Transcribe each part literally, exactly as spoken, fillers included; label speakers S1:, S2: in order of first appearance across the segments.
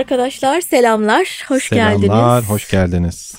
S1: Arkadaşlar selamlar, hoş
S2: Selamlar,
S1: geldiniz.
S2: Selamlar, hoş geldiniz.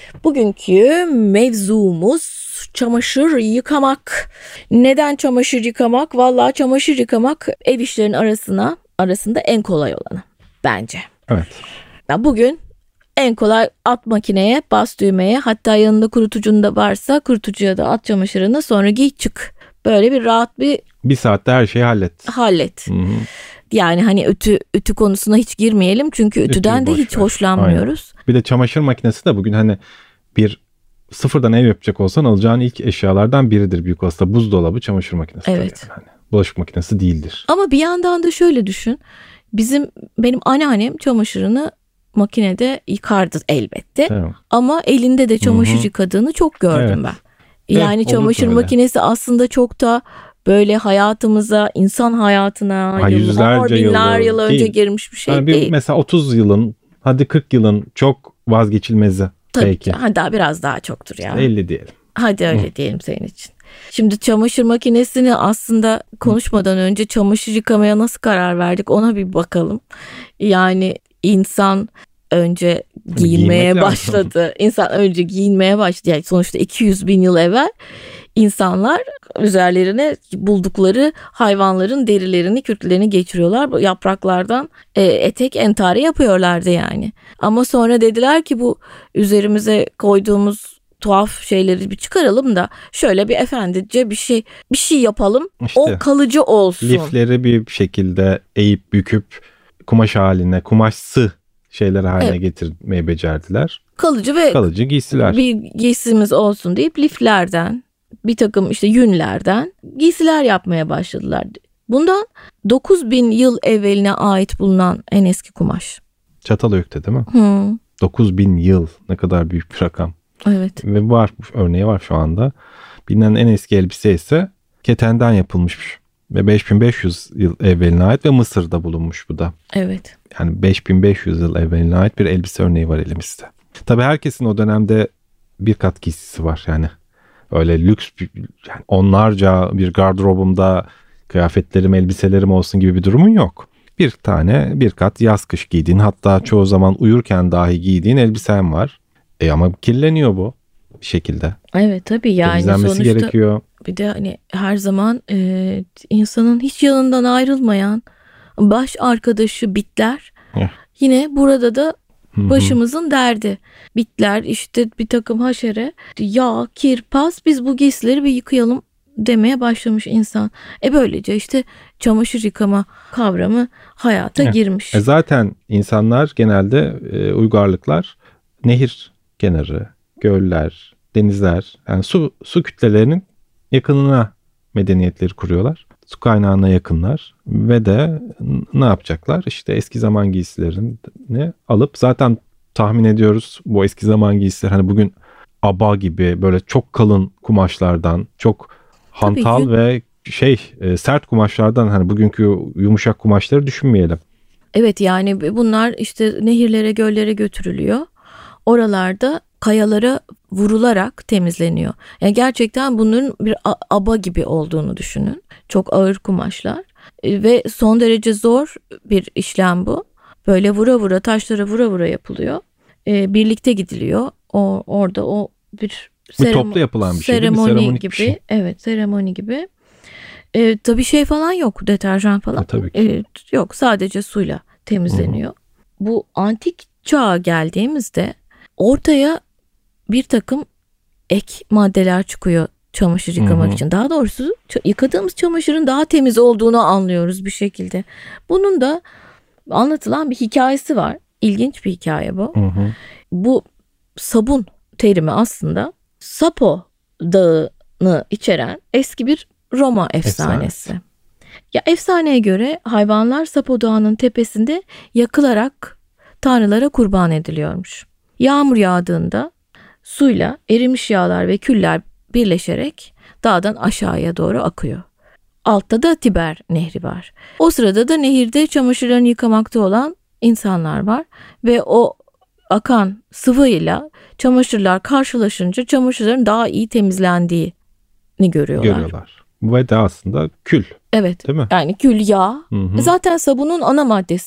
S1: Bugünkü mevzumuz çamaşır yıkamak. Neden çamaşır yıkamak? Vallahi çamaşır yıkamak ev işlerinin arasına arasında en kolay olanı bence.
S2: Evet.
S1: Ya bugün en kolay at makineye, bas düğmeye, hatta yanında kurutucun da varsa kurutucuya da at çamaşırını, sonra giy çık. Böyle bir rahat bir...
S2: Bir saatte her şeyi hallet.
S1: Hallet.
S2: Hı-hı.
S1: Yani hani ütü ütü konusuna hiç girmeyelim çünkü ütüden Ütüyü de hiç ver. hoşlanmıyoruz.
S2: Aynen. Bir de çamaşır makinesi de bugün hani bir sıfırdan ev yapacak olsan alacağın ilk eşyalardan biridir büyük olasılıkla. Buzdolabı, çamaşır makinesi.
S1: Evet.
S2: Yani. Bulaşık makinesi değildir.
S1: Ama bir yandan da şöyle düşün. Bizim benim anneannem çamaşırını makinede yıkardı elbette. Tamam. Ama elinde de çamaşır Hı-hı. yıkadığını çok gördüm evet. ben. Yani evet, çamaşır makinesi aslında çok da böyle hayatımıza, insan hayatına ha,
S2: yüzlerce
S1: binler
S2: yıl,
S1: yıl önce değil. girmiş bir şey
S2: yani
S1: değil.
S2: Bir, mesela otuz yılın, hadi kırk yılın çok vazgeçilmezi.
S1: Tabii
S2: belki.
S1: Ki, hatta biraz daha çoktur ya.
S2: elli diyelim.
S1: Hadi öyle Hı. diyelim senin için. Şimdi çamaşır makinesini aslında konuşmadan önce çamaşır yıkamaya nasıl karar verdik ona bir bakalım. Yani insan önce giyinmeye başladı. İnsan önce giyinmeye başladı. Yani sonuçta iki yüz bin yıl evvel insanlar üzerlerine buldukları hayvanların derilerini, kürklerini geçiriyorlar. Yapraklardan e, etek, entari yapıyorlardı yani. Ama sonra dediler ki bu üzerimize koyduğumuz tuhaf şeyleri bir çıkaralım da şöyle bir efendice bir şey bir şey yapalım. İşte, o kalıcı olsun.
S2: Lifleri bir şekilde eğip büküp kumaş haline, kumaşsı şeyler haline evet. getirmeyi becerdiler.
S1: Kalıcı ve
S2: kalıcı giysiler.
S1: Bir giysimiz olsun deyip liflerden, bir takım işte yünlerden giysiler yapmaya başladılar. Bundan dokuz bin yıl evveline ait bulunan en eski kumaş.
S2: Çatalhöyük'te değil mi?
S1: Hı.
S2: dokuz bin yıl, ne kadar büyük bir rakam.
S1: Evet.
S2: Ve var, örneği var şu anda. Bilinen en eski elbise ise ketenden yapılmış ve beş bin beş yüz yıl evveline ait ve Mısır'da bulunmuş bu da.
S1: Evet.
S2: Yani beş bin beş yüz yıl evveline ait bir elbise örneği var elimizde. Tabii herkesin o dönemde bir kat giysisi var yani. Öyle lüks bir, yani onlarca bir gardırobumda kıyafetlerim, elbiselerim olsun gibi bir durumun yok. Bir tane bir kat yaz kış giydiğin, hatta çoğu zaman uyurken dahi giydiğin elbisen var. E ama kirleniyor bu bir şekilde.
S1: Evet tabii yani
S2: temizlenmesi
S1: sonuçta
S2: gerekiyor.
S1: Bir de hani her zaman e, insanın hiç yanından ayrılmayan baş arkadaşı bitler. Eh. Yine burada da başımızın derdi. Bitler, işte bir takım haşere, yağ, kir, pas, biz bu giysileri bir yıkayalım demeye başlamış insan. E böylece işte çamaşır yıkama kavramı hayata
S2: evet.
S1: girmiş.
S2: E zaten insanlar genelde e, uygarlıklar nehir kenarı, göller, denizler, yani su su kütlelerinin yakınına medeniyetleri kuruyorlar. Su kaynağına yakınlar ve de ne yapacaklar? İşte eski zaman giysilerini alıp, zaten tahmin ediyoruz bu eski zaman giysileri hani bugün aba gibi böyle çok kalın kumaşlardan, çok hantal ve şey sert kumaşlardan, hani bugünkü yumuşak kumaşları düşünmeyelim.
S1: Evet yani bunlar işte nehirlere, göllere götürülüyor. Oralarda kayalara vurularak temizleniyor. Yani gerçekten bunların bir aba gibi olduğunu düşünün. Çok ağır kumaşlar ve son derece zor bir işlem bu. Böyle vura vura, taşlara vura vura yapılıyor. Ee, birlikte gidiliyor. O orada o bir,
S2: seremo- bir toplu yapılan bir şey.
S1: Seremoni
S2: Seremonik
S1: gibi.
S2: Bir şey.
S1: Evet, seremoni gibi. Ee, tabii şey falan yok, deterjan falan.
S2: E, tabii ki.
S1: Ee, yok, sadece suyla temizleniyor. Hı. Bu antik çağa geldiğimizde ortaya bir takım ek maddeler çıkıyor çamaşır yıkamak Hı-hı. için. Daha doğrusu yıkadığımız çamaşırın daha temiz olduğunu anlıyoruz bir şekilde. Bunun da anlatılan bir hikayesi var. İlginç bir hikaye bu.
S2: Hı-hı.
S1: Bu sabun terimi aslında Sapo Dağı'nı içeren eski bir Roma efsanesi. Efsane. Ya efsaneye göre hayvanlar Sapo Dağı'nın tepesinde yakılarak tanrılara kurban ediliyormuş. Yağmur yağdığında suyla erimiş yağlar ve küller birleşerek dağdan aşağıya doğru akıyor. Altta da Tiber Nehri var. O sırada da nehirde çamaşırlarını yıkamakta olan insanlar var ve o akan sıvıyla çamaşırlar karşılaşınca çamaşırların daha iyi temizlendiğini görüyorlar.
S2: Görüyorlar. Ve de aslında kül.
S1: Evet.
S2: Değil mi?
S1: Yani kül, yağ. Hı hı. Zaten sabunun ana maddesi de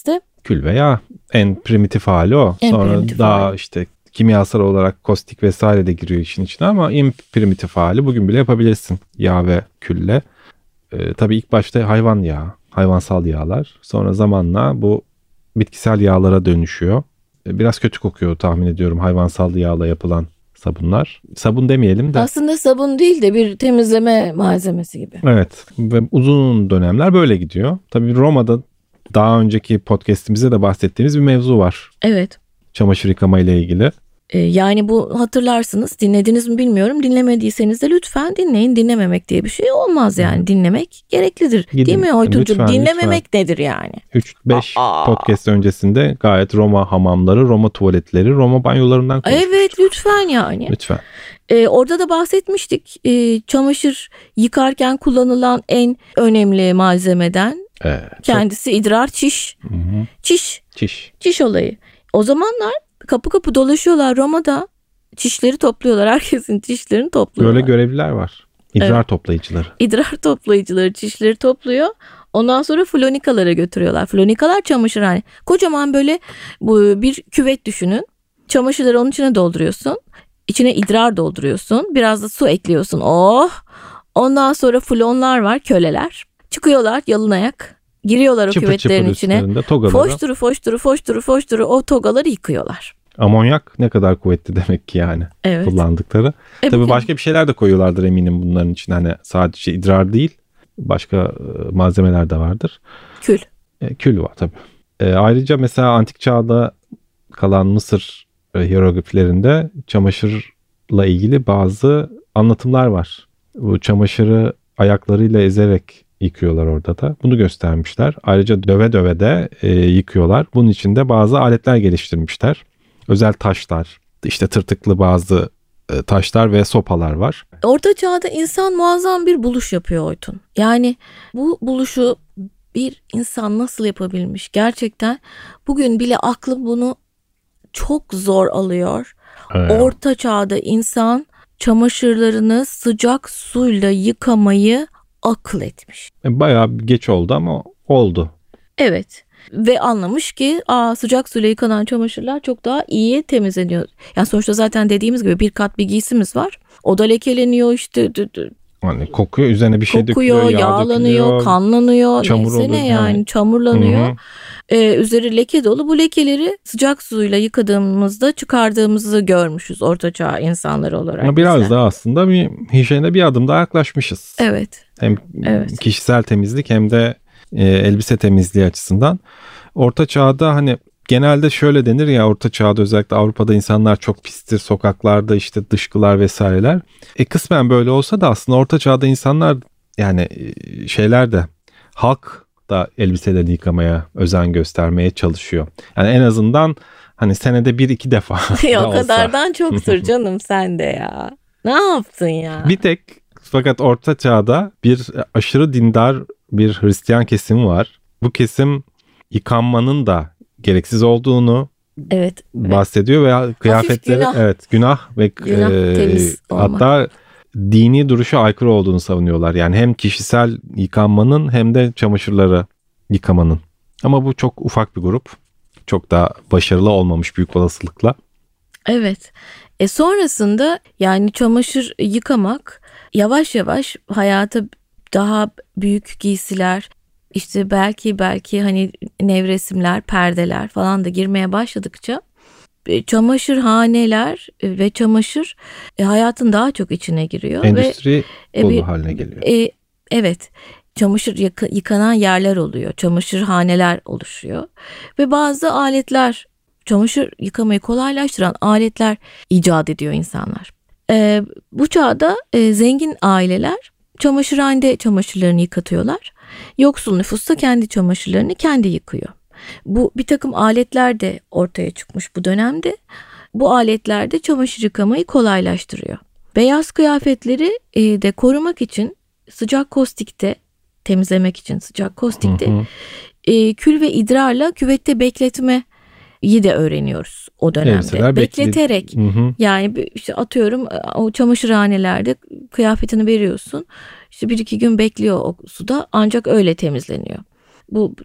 S2: kül ve yağ. En primitif hali o.
S1: En
S2: Sonra
S1: primitif
S2: daha
S1: hali.
S2: işte kimyasal olarak kostik vesaire de giriyor işin içine ama en primitif hali bugün bile yapabilirsin yağ ve külle. Ee, tabii ilk başta hayvan yağı, hayvansal yağlar. Sonra zamanla bu bitkisel yağlara dönüşüyor. Ee, biraz kötü kokuyor tahmin ediyorum hayvansal yağla yapılan sabunlar. Sabun demeyelim de.
S1: Aslında sabun değil de bir temizleme malzemesi gibi.
S2: Evet ve uzun dönemler böyle gidiyor. Tabii Roma'da daha önceki podcast'imizde de bahsettiğimiz bir mevzu var.
S1: Evet.
S2: Çamaşır yıkama ile ilgili.
S1: Ee, yani bu hatırlarsınız, dinlediniz mi bilmiyorum. Dinlemediyseniz de lütfen dinleyin. Dinlememek diye bir şey olmaz yani. Hmm. Dinlemek gereklidir.
S2: Gidin.
S1: Değil mi Oytuncuğum?
S2: Lütfen,
S1: Dinlememek
S2: lütfen.
S1: nedir yani?
S2: üç beş podcast öncesinde gayet Roma hamamları, Roma tuvaletleri, Roma banyolarından konuşmuştuk.
S1: Evet lütfen yani.
S2: Lütfen.
S1: Ee, orada da bahsetmiştik. Ee, çamaşır yıkarken kullanılan en önemli malzemeden
S2: Evet,
S1: kendisi çok... idrar, çiş.
S2: Hı hı.
S1: Çiş.
S2: Çiş.
S1: Çiş olayı. O zamanlar kapı kapı dolaşıyorlar Roma'da. Çişleri topluyorlar. Herkesin çişlerini topluyorlar.
S2: Böyle görevliler var. İdrar
S1: evet.
S2: toplayıcıları.
S1: İdrar toplayıcıları çişleri topluyor. Ondan sonra flonikalara götürüyorlar. Flonikalar çamaşırhane. Kocaman böyle bu bir küvet düşünün. Çamaşırları onun içine dolduruyorsun. İçine idrar dolduruyorsun. Biraz da su ekliyorsun. Oh! Ondan sonra flonlar var, köleler. Çıkıyorlar yalın ayak. Giriyorlar o
S2: çıpır
S1: küvetlerin
S2: çıpır
S1: içine. Foşturu foşturu foşturu foşturu o togaları yıkıyorlar.
S2: Amonyak ne kadar kuvvetli demek ki yani
S1: evet.
S2: kullandıkları.
S1: E,
S2: Tabii
S1: bugün...
S2: başka bir şeyler de koyuyorlardır eminim bunların içine. Hani sadece idrar değil başka malzemeler de vardır.
S1: Kül.
S2: E, kül var tabii. E, ayrıca mesela antik çağda kalan Mısır hierogliflerinde çamaşırla ilgili bazı anlatımlar var. Bu çamaşırı ayaklarıyla ezerek yıkıyorlar orada da. Bunu göstermişler. Ayrıca döve döve de e, yıkıyorlar. Bunun için de bazı aletler geliştirmişler. Özel taşlar, işte tırtıklı bazı e, taşlar ve sopalar var.
S1: Orta Çağ'da insan muazzam bir buluş yapıyor Oytun. Yani bu buluşu bir insan nasıl yapabilmiş? Gerçekten bugün bile aklım bunu çok zor alıyor. Evet. Orta Çağ'da insan çamaşırlarını sıcak suyla yıkamayı akıl etmiş.
S2: Bayağı geç oldu ama oldu.
S1: Evet. Ve anlamış ki aa, sıcak suyla yıkanan çamaşırlar çok daha iyi temizleniyor. Yani sonuçta zaten dediğimiz gibi bir kat bir giysimiz var. O da lekeleniyor işte.
S2: Hani kokuyor, üzerine bir şey
S1: kokuyor,
S2: dökülüyor, yağ
S1: yağlanıyor,
S2: dökülüyor,
S1: kanlanıyor.
S2: çamur
S1: Neyse ne yani
S2: yani.
S1: çamurlanıyor. Ee, üzeri leke dolu. Bu lekeleri sıcak suyla yıkadığımızda çıkardığımızı görmüşüz ortaçağ insanları olarak.
S2: Ama biraz bizden. Daha aslında bir hijyene bir adım daha yaklaşmışız.
S1: Evet.
S2: Hem evet. kişisel temizlik hem de e, elbise temizliği açısından. Orta Çağ'da hani genelde şöyle denir ya, Orta Çağ'da özellikle Avrupa'da insanlar çok pistir, sokaklarda işte dışkılar vesaireler. E kısmen böyle olsa da aslında Orta Çağ'da insanlar yani şeyler de halk da elbiselerini yıkamaya özen göstermeye çalışıyor. Yani en azından hani senede bir iki defa
S1: ya o kadardan çoktur canım sen de ya. Ne yaptın ya?
S2: Bir tek fakat Orta Çağ'da bir aşırı dindar bir Hristiyan kesim var. Bu kesim yıkanmanın da gereksiz olduğunu
S1: evet,
S2: bahsediyor veya kıyafetleri
S1: günah.
S2: evet günah ve
S1: günah,
S2: e, hatta dini duruşa aykırı olduğunu savunuyorlar. Yani hem kişisel yıkanmanın hem de çamaşırları yıkamanın. Ama bu çok ufak bir grup. Çok da başarılı olmamış büyük olasılıkla.
S1: Evet. E sonrasında yani çamaşır yıkamak yavaş yavaş hayata daha büyük giysiler, işte belki belki hani nevresimler, perdeler falan da girmeye başladıkça çamaşırhaneler ve çamaşır e, hayatın daha çok içine giriyor.
S2: Endüstri
S1: ve,
S2: dolu
S1: e,
S2: haline geliyor.
S1: E, evet. Çamaşır yıka, yıkanan yerler oluyor. Çamaşırhaneler oluşuyor. Ve bazı aletler, çamaşır yıkamayı kolaylaştıran aletler icat ediyor insanlar. E, bu çağda e, zengin aileler çamaşırhanede çamaşırlarını yıkatıyorlar. Yoksul nüfus da kendi çamaşırlarını kendi yıkıyor. Bu bir takım aletler de ortaya çıkmış bu dönemde. Bu aletler de çamaşır yıkamayı kolaylaştırıyor. Beyaz kıyafetleri e, de korumak için sıcak kostikte, temizlemek için sıcak kostikte hı hı. E, kül ve idrarla küvette bekletmeyi de öğreniyoruz o dönemde.
S2: Elbiseler
S1: bekleterek
S2: bekli... hı hı.
S1: yani işte atıyorum o çamaşırhanelerde kıyafetini veriyorsun. İşte bir iki gün bekliyor o suda ancak öyle temizleniyor. Bu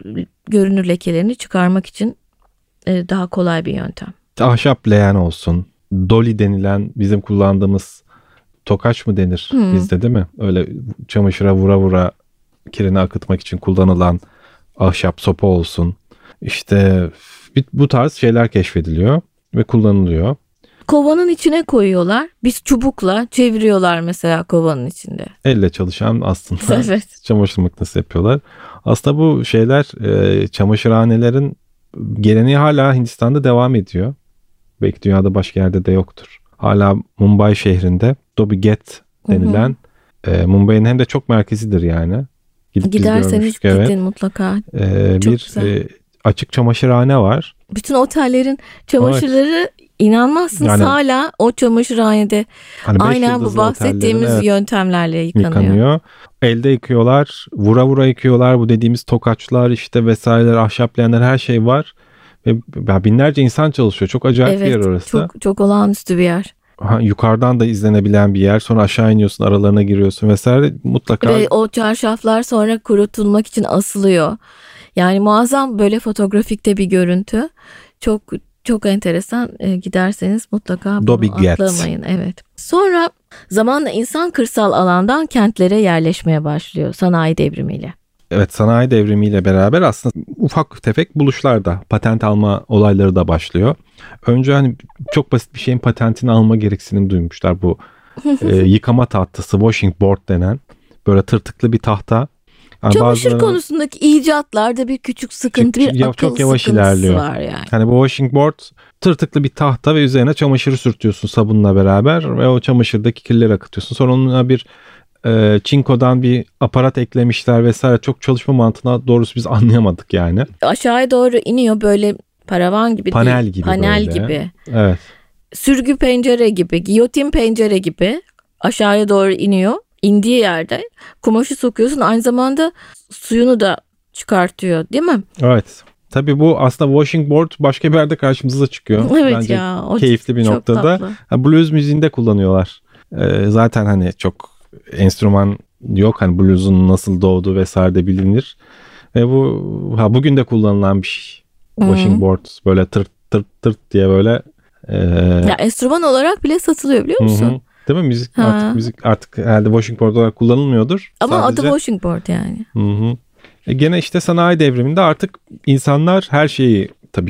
S1: görünür lekelerini çıkarmak için e, daha kolay bir yöntem.
S2: Ahşap leğen olsun. Doli denilen bizim kullandığımız tokaç mı denir hmm. bizde değil mi? Öyle çamaşıra vura vura kirini akıtmak için kullanılan ahşap sopa olsun. İşte bu tarz şeyler keşfediliyor ve kullanılıyor.
S1: Kovanın içine koyuyorlar. Biz çubukla çeviriyorlar mesela kovanın içinde.
S2: Elle çalışan aslında
S1: evet.
S2: çamaşır makinesi yapıyorlar. Aslında bu şeyler e, çamaşırhanelerin geleneği hala Hindistan'da devam ediyor. Belki dünyada başka yerde de yoktur. Hala Mumbai şehrinde Dobby Ghat denilen e, Mumbai'nin hem de çok merkezidir yani.
S1: Gidip Giderseniz gidin evet. mutlaka.
S2: E, bir e, açık çamaşırhane var.
S1: Bütün otellerin çamaşırları evet. inanmazsınız yani, hala o çamaşırhanede hani aynen bu bahsettiğimiz evet, yöntemlerle yıkanıyor. yıkanıyor.
S2: Elde yıkıyorlar, vura vura yıkıyorlar. Bu dediğimiz tokaçlar işte vesaireler, ahşap leğenler her şey var. Ve binlerce insan çalışıyor. Çok acayip
S1: evet,
S2: bir yer orası.
S1: Çok çok olağanüstü bir yer.
S2: Ha, yukarıdan da izlenebilen bir yer. Sonra aşağı iniyorsun, aralarına giriyorsun vesaire. Mutlaka.
S1: Ve o çarşaflar sonra kurutulmak için asılıyor. Yani muazzam böyle fotoğrafikte bir görüntü. Çok çok enteresan. E, giderseniz mutlaka bunu
S2: Dobby
S1: atlamayın. Evet. Sonra zamanla insan kırsal alandan kentlere yerleşmeye başlıyor sanayi devrimiyle.
S2: Evet, sanayi devrimiyle beraber aslında ufak tefek buluşlar da, patent alma olayları da başlıyor. Önce hani çok basit bir şeyin patentini alma gereksinim duymuşlar. Bu e, yıkama tahtası, washing board denen böyle tırtıklı bir tahta.
S1: Yani çamaşır bazıları, konusundaki icatlarda bir küçük sıkıntı, bir ya, akıl çok yavaş sıkıntısı ilerliyor. Var yani.
S2: Yani bu washing board tırtıklı bir tahta ve üzerine çamaşırı sürtüyorsun sabunla beraber ve o çamaşırdaki kirleri akıtıyorsun. Sonra onunla bir e, çinkodan bir aparat eklemişler vesaire. Çok çalışma mantığına doğrusu biz anlayamadık yani.
S1: Aşağıya doğru iniyor böyle paravan gibi
S2: panel
S1: değil.
S2: gibi
S1: panel
S2: böyle.
S1: gibi.
S2: Evet.
S1: Sürgü pencere gibi, giyotin pencere gibi aşağıya doğru iniyor. İndiği yerde kumaşı sokuyorsun, aynı zamanda suyunu da çıkartıyor değil mi?
S2: Evet. Tabii bu aslında washing board başka bir yerde karşımıza çıkıyor.
S1: Evet
S2: bence
S1: ya. O
S2: keyifli bir noktada. Ha, blues müziğinde kullanıyorlar. Ee, zaten hani çok enstrüman yok. Hani blues'un nasıl doğduğu vesaire de bilinir. Ve bu ha bugün de kullanılan bir şey. Washing board böyle tırt tırt tırt diye böyle. E...
S1: Ya enstrüman olarak bile satılıyor biliyor musun? Hı-hı.
S2: Değil mi? Müzik ha. artık müzik artık herhalde washing board olarak kullanılmıyordur.
S1: Ama
S2: sadece.
S1: adı washing board yani.
S2: Hı hı. E gene işte sanayi devriminde artık insanlar her şeyi tabii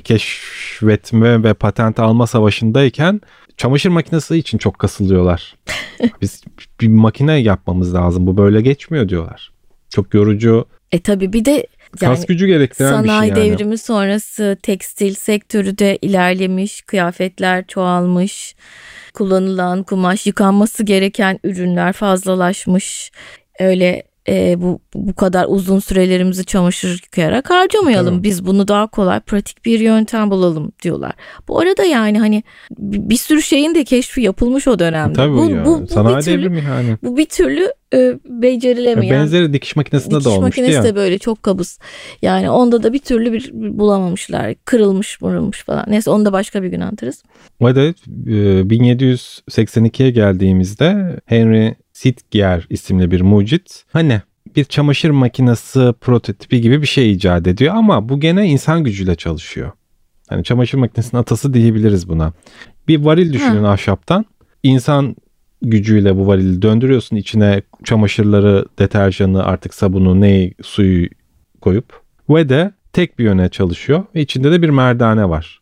S2: keşfetme ve patent alma savaşındayken çamaşır makinesi için çok kasılıyorlar. Biz bir makine yapmamız lazım. Bu böyle geçmiyor diyorlar. Çok yorucu.
S1: E tabii bir de
S2: yani kas gücü gerektiren bir şey yani.
S1: Sanayi devrimi sonrası tekstil sektörü de ilerlemiş, kıyafetler çoğalmış, kullanılan kumaş, yıkanması gereken ürünler fazlalaşmış. Öyle e, bu bu kadar uzun sürelerimizi çamaşır yıkayarak harcamayalım. Evet. Biz bunu daha kolay, pratik bir yöntem bulalım diyorlar. Bu arada yani hani bir sürü şeyin de keşfi yapılmış o dönemde.
S2: Tabii bu, ya. Bu, bu sanayi devrimi yani.
S1: Bu bir türlü e, becerilemeyen.
S2: Benzeri dikiş makinesinde
S1: dikiş
S2: de olmuştu ya.
S1: Dikiş makinesi de böyle çok kabız. Yani onda da bir türlü bir bulamamışlar. Kırılmış, mırılmış falan. Neyse onu da başka bir gün anlatırız.
S2: O da bin yedi yüz seksen ikiye geldiğimizde Henry Sitgier isimli bir mucit hani bir çamaşır makinesi prototipi gibi bir şey icat ediyor ama bu gene insan gücüyle çalışıyor. Hani çamaşır makinesinin atası diyebiliriz buna. Bir varil düşünün ha. ahşaptan. İnsan gücüyle bu varili döndürüyorsun, içine çamaşırları, deterjanı, artık sabunu, neyi, suyu koyup ve de tek bir yöne çalışıyor ve içinde de bir merdane var.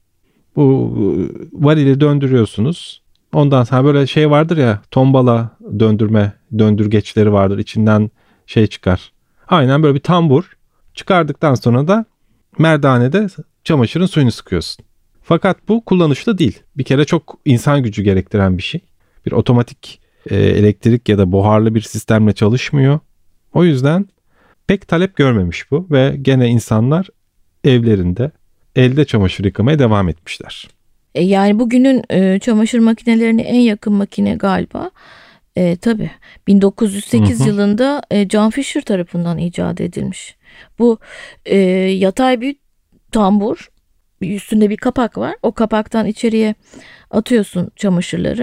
S2: Bu varili döndürüyorsunuz. Ondan sonra böyle şey vardır ya, tombala döndürme döndürgeçleri vardır. İçinden şey çıkar. Aynen böyle bir tambur. Çıkardıktan sonra da merdanede çamaşırın suyunu sıkıyorsun. Fakat bu kullanışlı değil. Bir kere çok insan gücü gerektiren bir şey. Bir otomatik e, elektrik ya da buharlı bir sistemle çalışmıyor. O yüzden pek talep görmemiş bu ve gene insanlar evlerinde elde çamaşır yıkamaya devam etmişler.
S1: Yani bugünün e, çamaşır makinelerine en yakın makine galiba e, tabii bin dokuz yüz sekiz hı hı. yılında e, John Fisher tarafından icat edilmiş. Bu e, yatay bir tambur, üstünde bir kapak var. O kapaktan içeriye atıyorsun çamaşırları.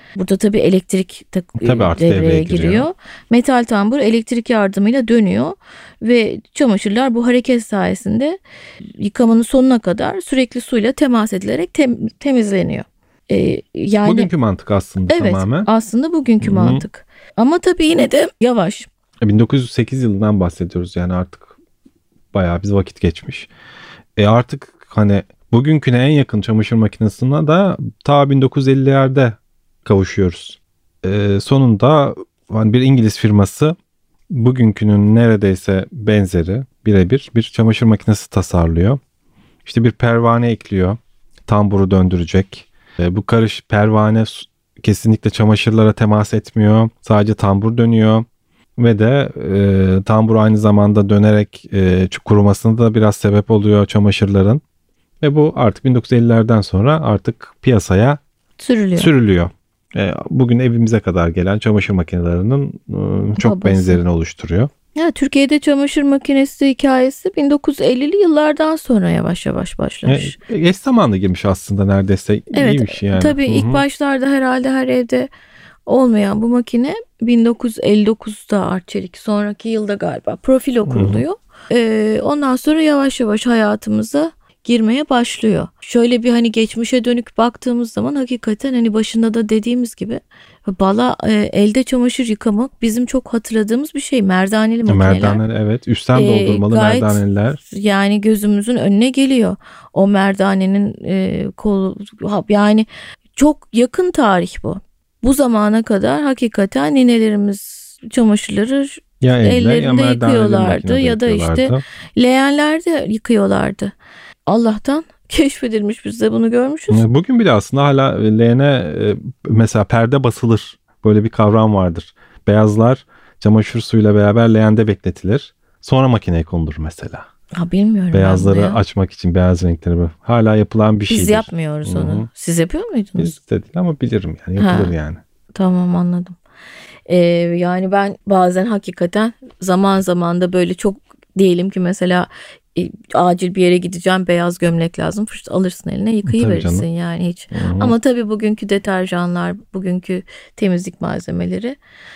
S1: Burada tabii elektrik tak-
S2: Tabii artık
S1: devreye,
S2: devreye
S1: giriyor.
S2: giriyor.
S1: Metal tambur elektrik yardımıyla dönüyor ve çamaşırlar bu hareket sayesinde yıkamanın sonuna kadar sürekli suyla temas edilerek tem- temizleniyor. Ee, yani
S2: Bugünkü mantık aslında
S1: evet,
S2: tamamen.
S1: aslında bugünkü
S2: Hı-hı.
S1: mantık. Ama tabii yine de yavaş.
S2: bin dokuz yüz sekiz yılından bahsediyoruz yani artık bayağı bir vakit geçmiş. E artık hani bugünküne en yakın çamaşır makinesine de ta bin dokuz yüz ellilerde kavuşuyoruz. E, sonunda hani bir İngiliz firması bugünkünün neredeyse benzeri birebir bir çamaşır makinesi tasarlıyor. İşte bir pervane ekliyor. Tamburu döndürecek. E, bu karış pervane kesinlikle çamaşırlara temas etmiyor. Sadece tambur dönüyor. Ve de e, tambur aynı zamanda dönerek e, kurumasına da biraz sebep oluyor çamaşırların. Ve bu artık bin dokuz yüz ellilerden sonra artık piyasaya
S1: Sürülüyor.
S2: sürülüyor. E, bugün evimize kadar gelen çamaşır makinelerinin e, çok
S1: Babası.
S2: benzerini oluşturuyor.
S1: Ya, Türkiye'de çamaşır makinesi hikayesi bin dokuz yüz ellili yıllardan sonra yavaş yavaş başlamış.
S2: E, eş zamanlı girmiş aslında neredeyse.
S1: Evet,
S2: İyiymiş yani.
S1: tabii
S2: Hı-hı.
S1: ilk başlarda herhalde her evde olmayan bu makine bin dokuz yüz elli dokuzda Arçelik, sonraki yılda galiba Profilo kuruluyor. Ee, ondan sonra yavaş yavaş hayatımıza girmeye başlıyor. Şöyle bir hani geçmişe dönük baktığımız zaman hakikaten hani başında da dediğimiz gibi bala e, elde çamaşır yıkamak bizim çok hatırladığımız bir şey. Merdaneli makineler.
S2: Merdaneler, evet. Üstten
S1: Ee,
S2: doldurmalı
S1: gayet
S2: merdaneler.
S1: Yani gözümüzün önüne geliyor. O merdanenin e, kolu, yani çok yakın tarih bu. Bu zamana kadar hakikaten ninelerimiz çamaşırları
S2: Ya elle,
S1: ellerinde
S2: ya merdaneli
S1: yıkıyorlardı
S2: makinede
S1: ya da işte
S2: yıkıyorlardı.
S1: leğenlerde yıkıyorlardı. Allah'tan keşfedilmiş, biz de bunu görmüşüz.
S2: Bugün bile aslında hala leğene e, mesela perde basılır. Böyle bir kavram vardır. Beyazlar çamaşır suyuyla beraber leğende bekletilir. Sonra makineye konulur mesela.
S1: Ha, bilmiyorum.
S2: Beyazları
S1: ben bunu ya.
S2: açmak için beyaz renkleri. Hala yapılan bir şeydir.
S1: Biz yapmıyoruz onu.
S2: Hı-hı.
S1: Siz yapıyor muydunuz?
S2: Biz de değil ama bilirim yani, yapılır
S1: Ha.
S2: yani.
S1: Tamam, anladım. Ee, yani ben bazen hakikaten zaman zaman da böyle çok, diyelim ki mesela e, acil bir yere gideceğim, beyaz gömlek lazım. Fırt alırsın eline, yıkayıverirsin yani hiç.
S2: Hı-hı.
S1: Ama tabii bugünkü deterjanlar, bugünkü temizlik malzemeleri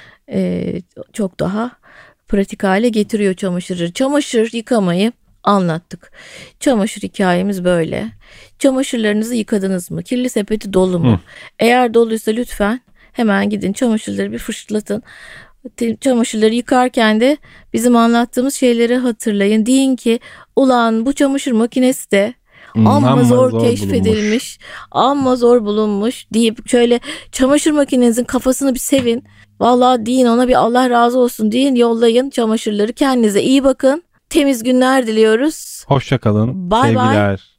S1: e, çok daha pratik hale getiriyor çamaşırı. Çamaşır yıkamayı anlattık. Çamaşır hikayemiz böyle. Çamaşırlarınızı yıkadınız mı? Kirli sepeti dolu mu?
S2: Hı.
S1: Eğer doluysa lütfen hemen gidin çamaşırları bir fırçatın. Çamaşırları yıkarken de bizim anlattığımız şeyleri hatırlayın. Deyin ki ulan bu çamaşır makinesi de amma,
S2: Amma
S1: zor,
S2: zor
S1: keşfedilmiş,
S2: bulunmuş.
S1: amma zor bulunmuş deyip şöyle çamaşır makinenizin kafasını bir sevin. Vallahi deyin ona, bir Allah razı olsun deyin, yollayın çamaşırları. Kendinize iyi bakın. Temiz günler diliyoruz.
S2: Hoşça kalın.
S1: Bye bye.
S2: Sevgiler.